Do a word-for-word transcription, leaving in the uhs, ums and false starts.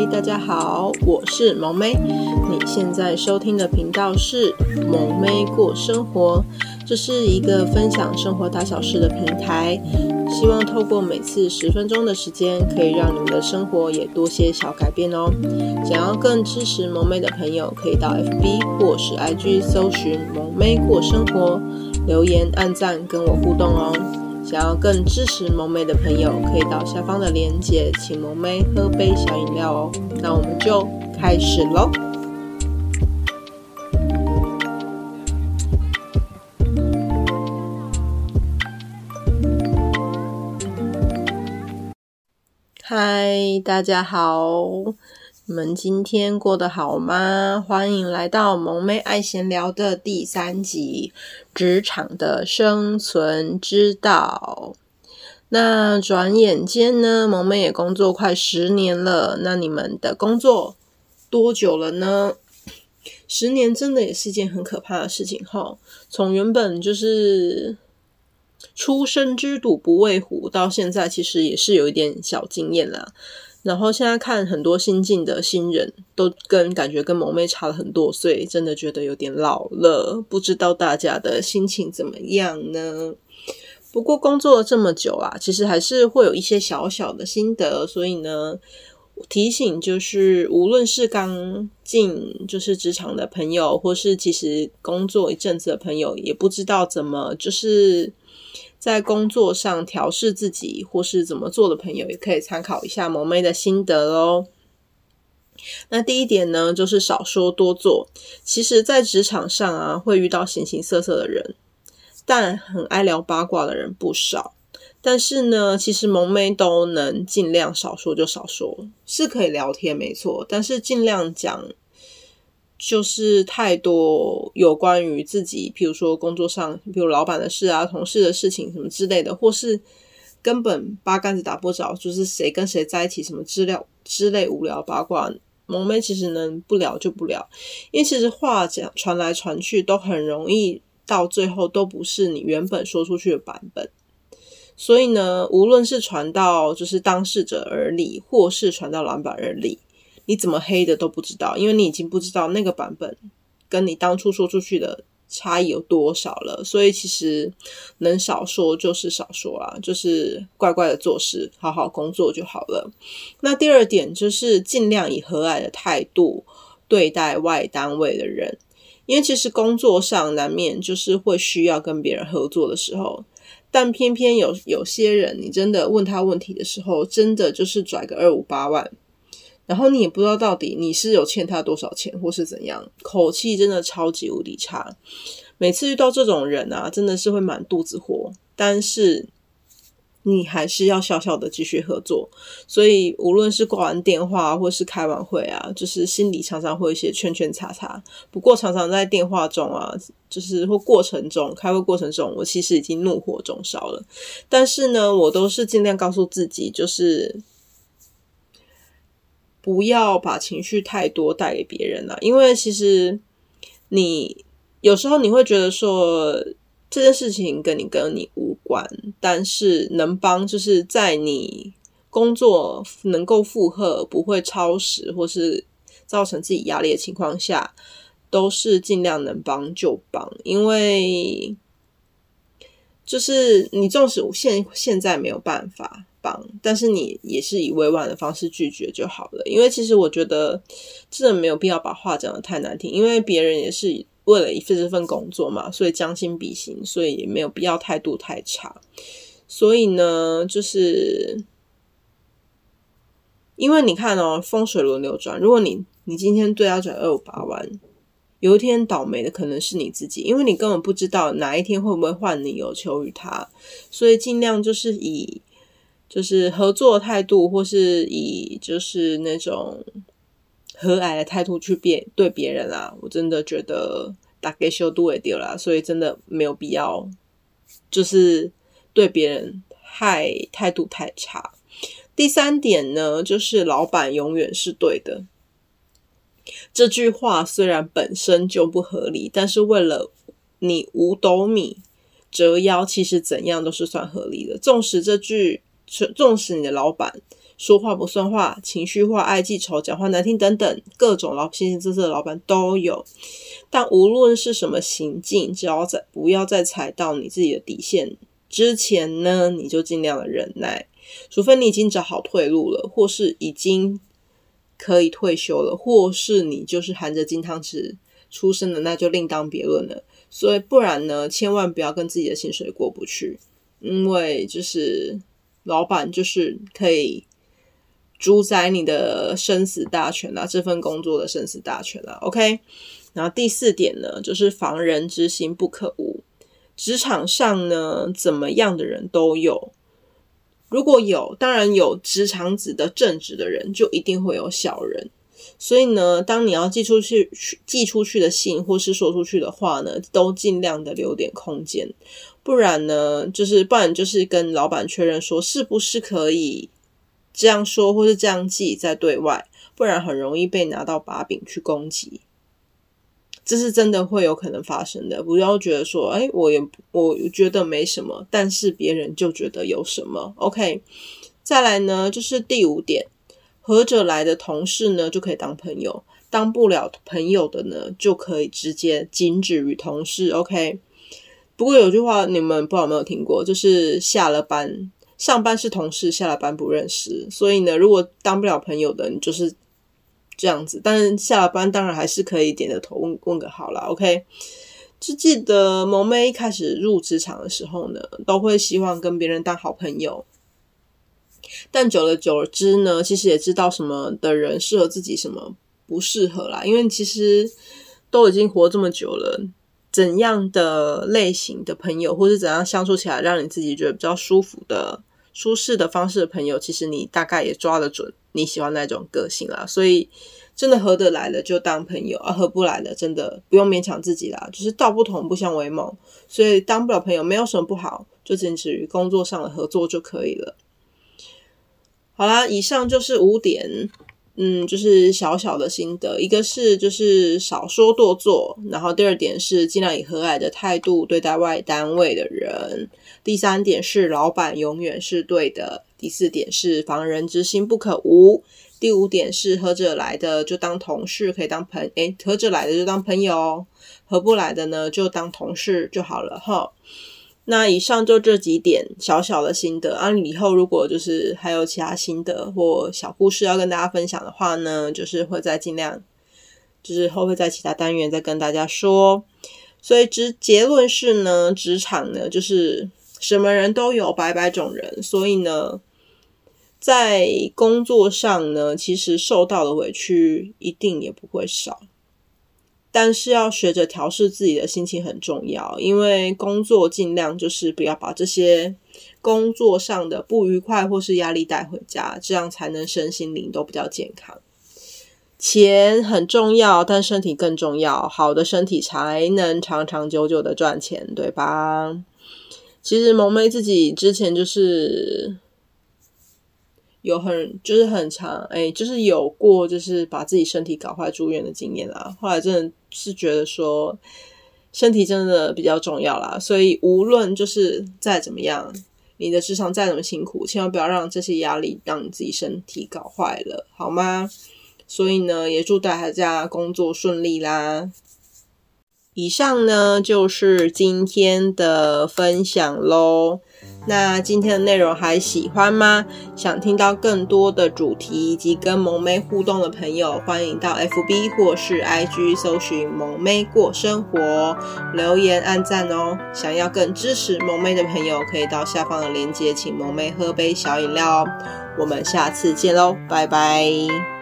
嗨，大家好，我是萌妹。你现在收听的频道是萌妹过生活，这是一个分享生活大小事的平台，希望透过每次十分钟的时间，可以让你们的生活也多些小改变哦。想要更支持萌妹的朋友，可以到 F B 或是 I G 搜寻萌妹过生活，留言按赞跟我互动哦。想要更支持萌妹的朋友，可以到下方的连结，请萌妹喝杯小饮料哦。那我们就开始咯。嗨，大家好，你们今天过得好吗？欢迎来到萌妹爱闲聊的第三集，职场的生存之道。那转眼间呢，萌妹也工作快十年了，那你们的工作多久了呢？十年真的也是一件很可怕的事情齁，从原本就是初生之犊不畏虎，到现在其实也是有一点小经验啦。然后现在看很多新进的新人都跟感觉跟萌妹差了很多岁，真的觉得有点老了，不知道大家的心情怎么样呢？不过工作了这么久啊，其实还是会有一些小小的心得，所以呢提醒就是无论是刚进就是职场的朋友，或是其实工作一阵子的朋友，也不知道怎么就是在工作上调试自己或是怎么做的朋友，也可以参考一下萌妹的心得咯。那第一点呢，就是少说多做。其实在职场上啊，会遇到形形色色的人，但很爱聊八卦的人不少。但是呢，其实萌妹都能尽量少说就少说，是可以聊天没错，但是尽量讲就是太多有关于自己，譬如说工作上，比如老板的事啊、同事的事情什么之类的，或是根本八竿子打不着，就是谁跟谁在一起什么之类之类无聊八卦，萌妹其实能不聊就不聊，因为其实话讲传来传去都很容易到最后都不是你原本说出去的版本。所以呢，无论是传到就是当事者耳里，或是传到老板耳里，你怎么黑的都不知道，因为你已经不知道那个版本跟你当初说出去的差异有多少了。所以其实能少说就是少说啦，就是乖乖的做事，好好工作就好了。那第二点就是尽量以和蔼的态度对待外单位的人，因为其实工作上难免就是会需要跟别人合作的时候，但偏偏有有些人，你真的问他问题的时候，真的就是拽个二五八万，然后你也不知道到底你是有欠他多少钱，或是怎样，口气真的超级无敌差。每次遇到这种人啊，真的是会满肚子火，但是你还是要笑笑的继续合作。所以无论是挂完电话或是开完会啊，就是心里常常会有一些圈圈叉叉。不过常常在电话中啊，就是或过程中开会过程中，我其实已经怒火中烧了，但是呢我都是尽量告诉自己，就是不要把情绪太多带给别人啊。因为其实你有时候你会觉得说这件事情跟你跟你无关，但是能帮就是在你工作能够负荷，不会超时或是造成自己压力的情况下，都是尽量能帮就帮。因为就是你纵使现现在没有办法帮，但是你也是以委婉的方式拒绝就好了。因为其实我觉得真的没有必要把话讲得太难听，因为别人也是为了一份这份工作嘛，所以将心比心，所以也没有必要态度太差。所以呢，就是因为你看哦，风水轮流转，如果你你今天对他转二五八万，有一天倒霉的可能是你自己，因为你根本不知道哪一天会不会换你有求于他。所以尽量就是以就是合作的态度，或是以就是那种和蔼的态度去别对别人啊，我真的觉得大家修度会丢啦，所以真的没有必要就是对别人太态度太差。第三点呢，就是老板永远是对的。这句话虽然本身就不合理，但是为了你五斗米折腰，其实怎样都是算合理的。纵使这句纵使你的老板说话不算话、情绪化、爱记仇、讲话难听等等，各种老形形色色的老板都有。但无论是什么行径，只要在不要再踩到你自己的底线之前呢，你就尽量的忍耐，除非你已经找好退路了，或是已经可以退休了，或是你就是含着金汤匙出生的，那就另当别论了。所以不然呢，千万不要跟自己的薪水过不去，因为就是老板就是可以主宰你的生死大权啊，这份工作的生死大权啊 OK。 然后第四点呢，就是防人之心不可无。职场上呢，怎么样的人都有，如果有，当然有职场子的正直的人，就一定会有小人。所以呢，当你要寄出去寄出去的信或是说出去的话呢，都尽量的留点空间，不然呢，就是不然就是跟老板确认说是不是可以这样说或是这样记在对外，不然很容易被拿到把柄去攻击。这是真的会有可能发生的，不要觉得说诶我也我觉得没什么，但是别人就觉得有什么 OK。 再来呢，就是第五点，合着来的同事呢就可以当朋友，当不了朋友的呢就可以直接仅止于同事 OK。 不过有句话你们不知道有没有听过，就是下了班上班是同事，下了班不认识。所以呢，如果当不了朋友的你就是这样子，但是下了班当然还是可以点着头 问, 问个好啦 OK。 就记得萌妹一开始入职场的时候呢，都会希望跟别人当好朋友，但久了久之呢，其实也知道什么的人适合自己，什么不适合啦。因为其实都已经活这么久了，怎样的类型的朋友，或是怎样相处起来让你自己觉得比较舒服的舒适的方式的朋友，其实你大概也抓得准你喜欢那种个性啦。所以真的合得来的就当朋友啊，合不来的真的不用勉强自己啦，就是道不同不相为谋。所以当不了朋友没有什么不好，就仅止于工作上的合作就可以了。好啦，以上就是五点，嗯，就是小小的心得。一个是就是少说多做，然后第二点是尽量以和蔼的态度对待外单位的人，第三点是老板永远是对的，第四点是防人之心不可无，第五点是合着来的就当同事，可以当朋诶，合着来的就当朋友，合不来的呢就当同事就好了齁。那以上就这几点小小的心得啊，以后如果就是还有其他心得或小故事要跟大家分享的话呢，就是会再尽量就是后会在其他单元再跟大家说。所以结论是呢，职场呢就是什么人都有，百百种人，所以呢在工作上呢，其实受到的委屈一定也不会少，但是要学着调适自己的心情很重要，因为工作尽量就是不要把这些工作上的不愉快或是压力带回家，这样才能身心灵都比较健康。钱很重要，但身体更重要，好的身体才能长长久久的赚钱，对吧？其实萌妹自己之前就是有很就是很长诶、欸、就是有过就是把自己身体搞坏住院的经验啦，后来真的是觉得说身体真的比较重要啦，所以无论就是再怎么样，你的职场再怎么辛苦，千万不要让这些压力让你自己身体搞坏了，好吗？所以呢，也祝大家工作顺利啦。以上呢就是今天的分享咯。那今天的内容还喜欢吗？想听到更多的主题以及跟萌妹互动的朋友，欢迎到 F B 或是 I G 搜寻萌妹过生活，留言按赞哦。想要更支持萌妹的朋友，可以到下方的链接请萌妹喝杯小饮料哦。我们下次见咯，拜拜。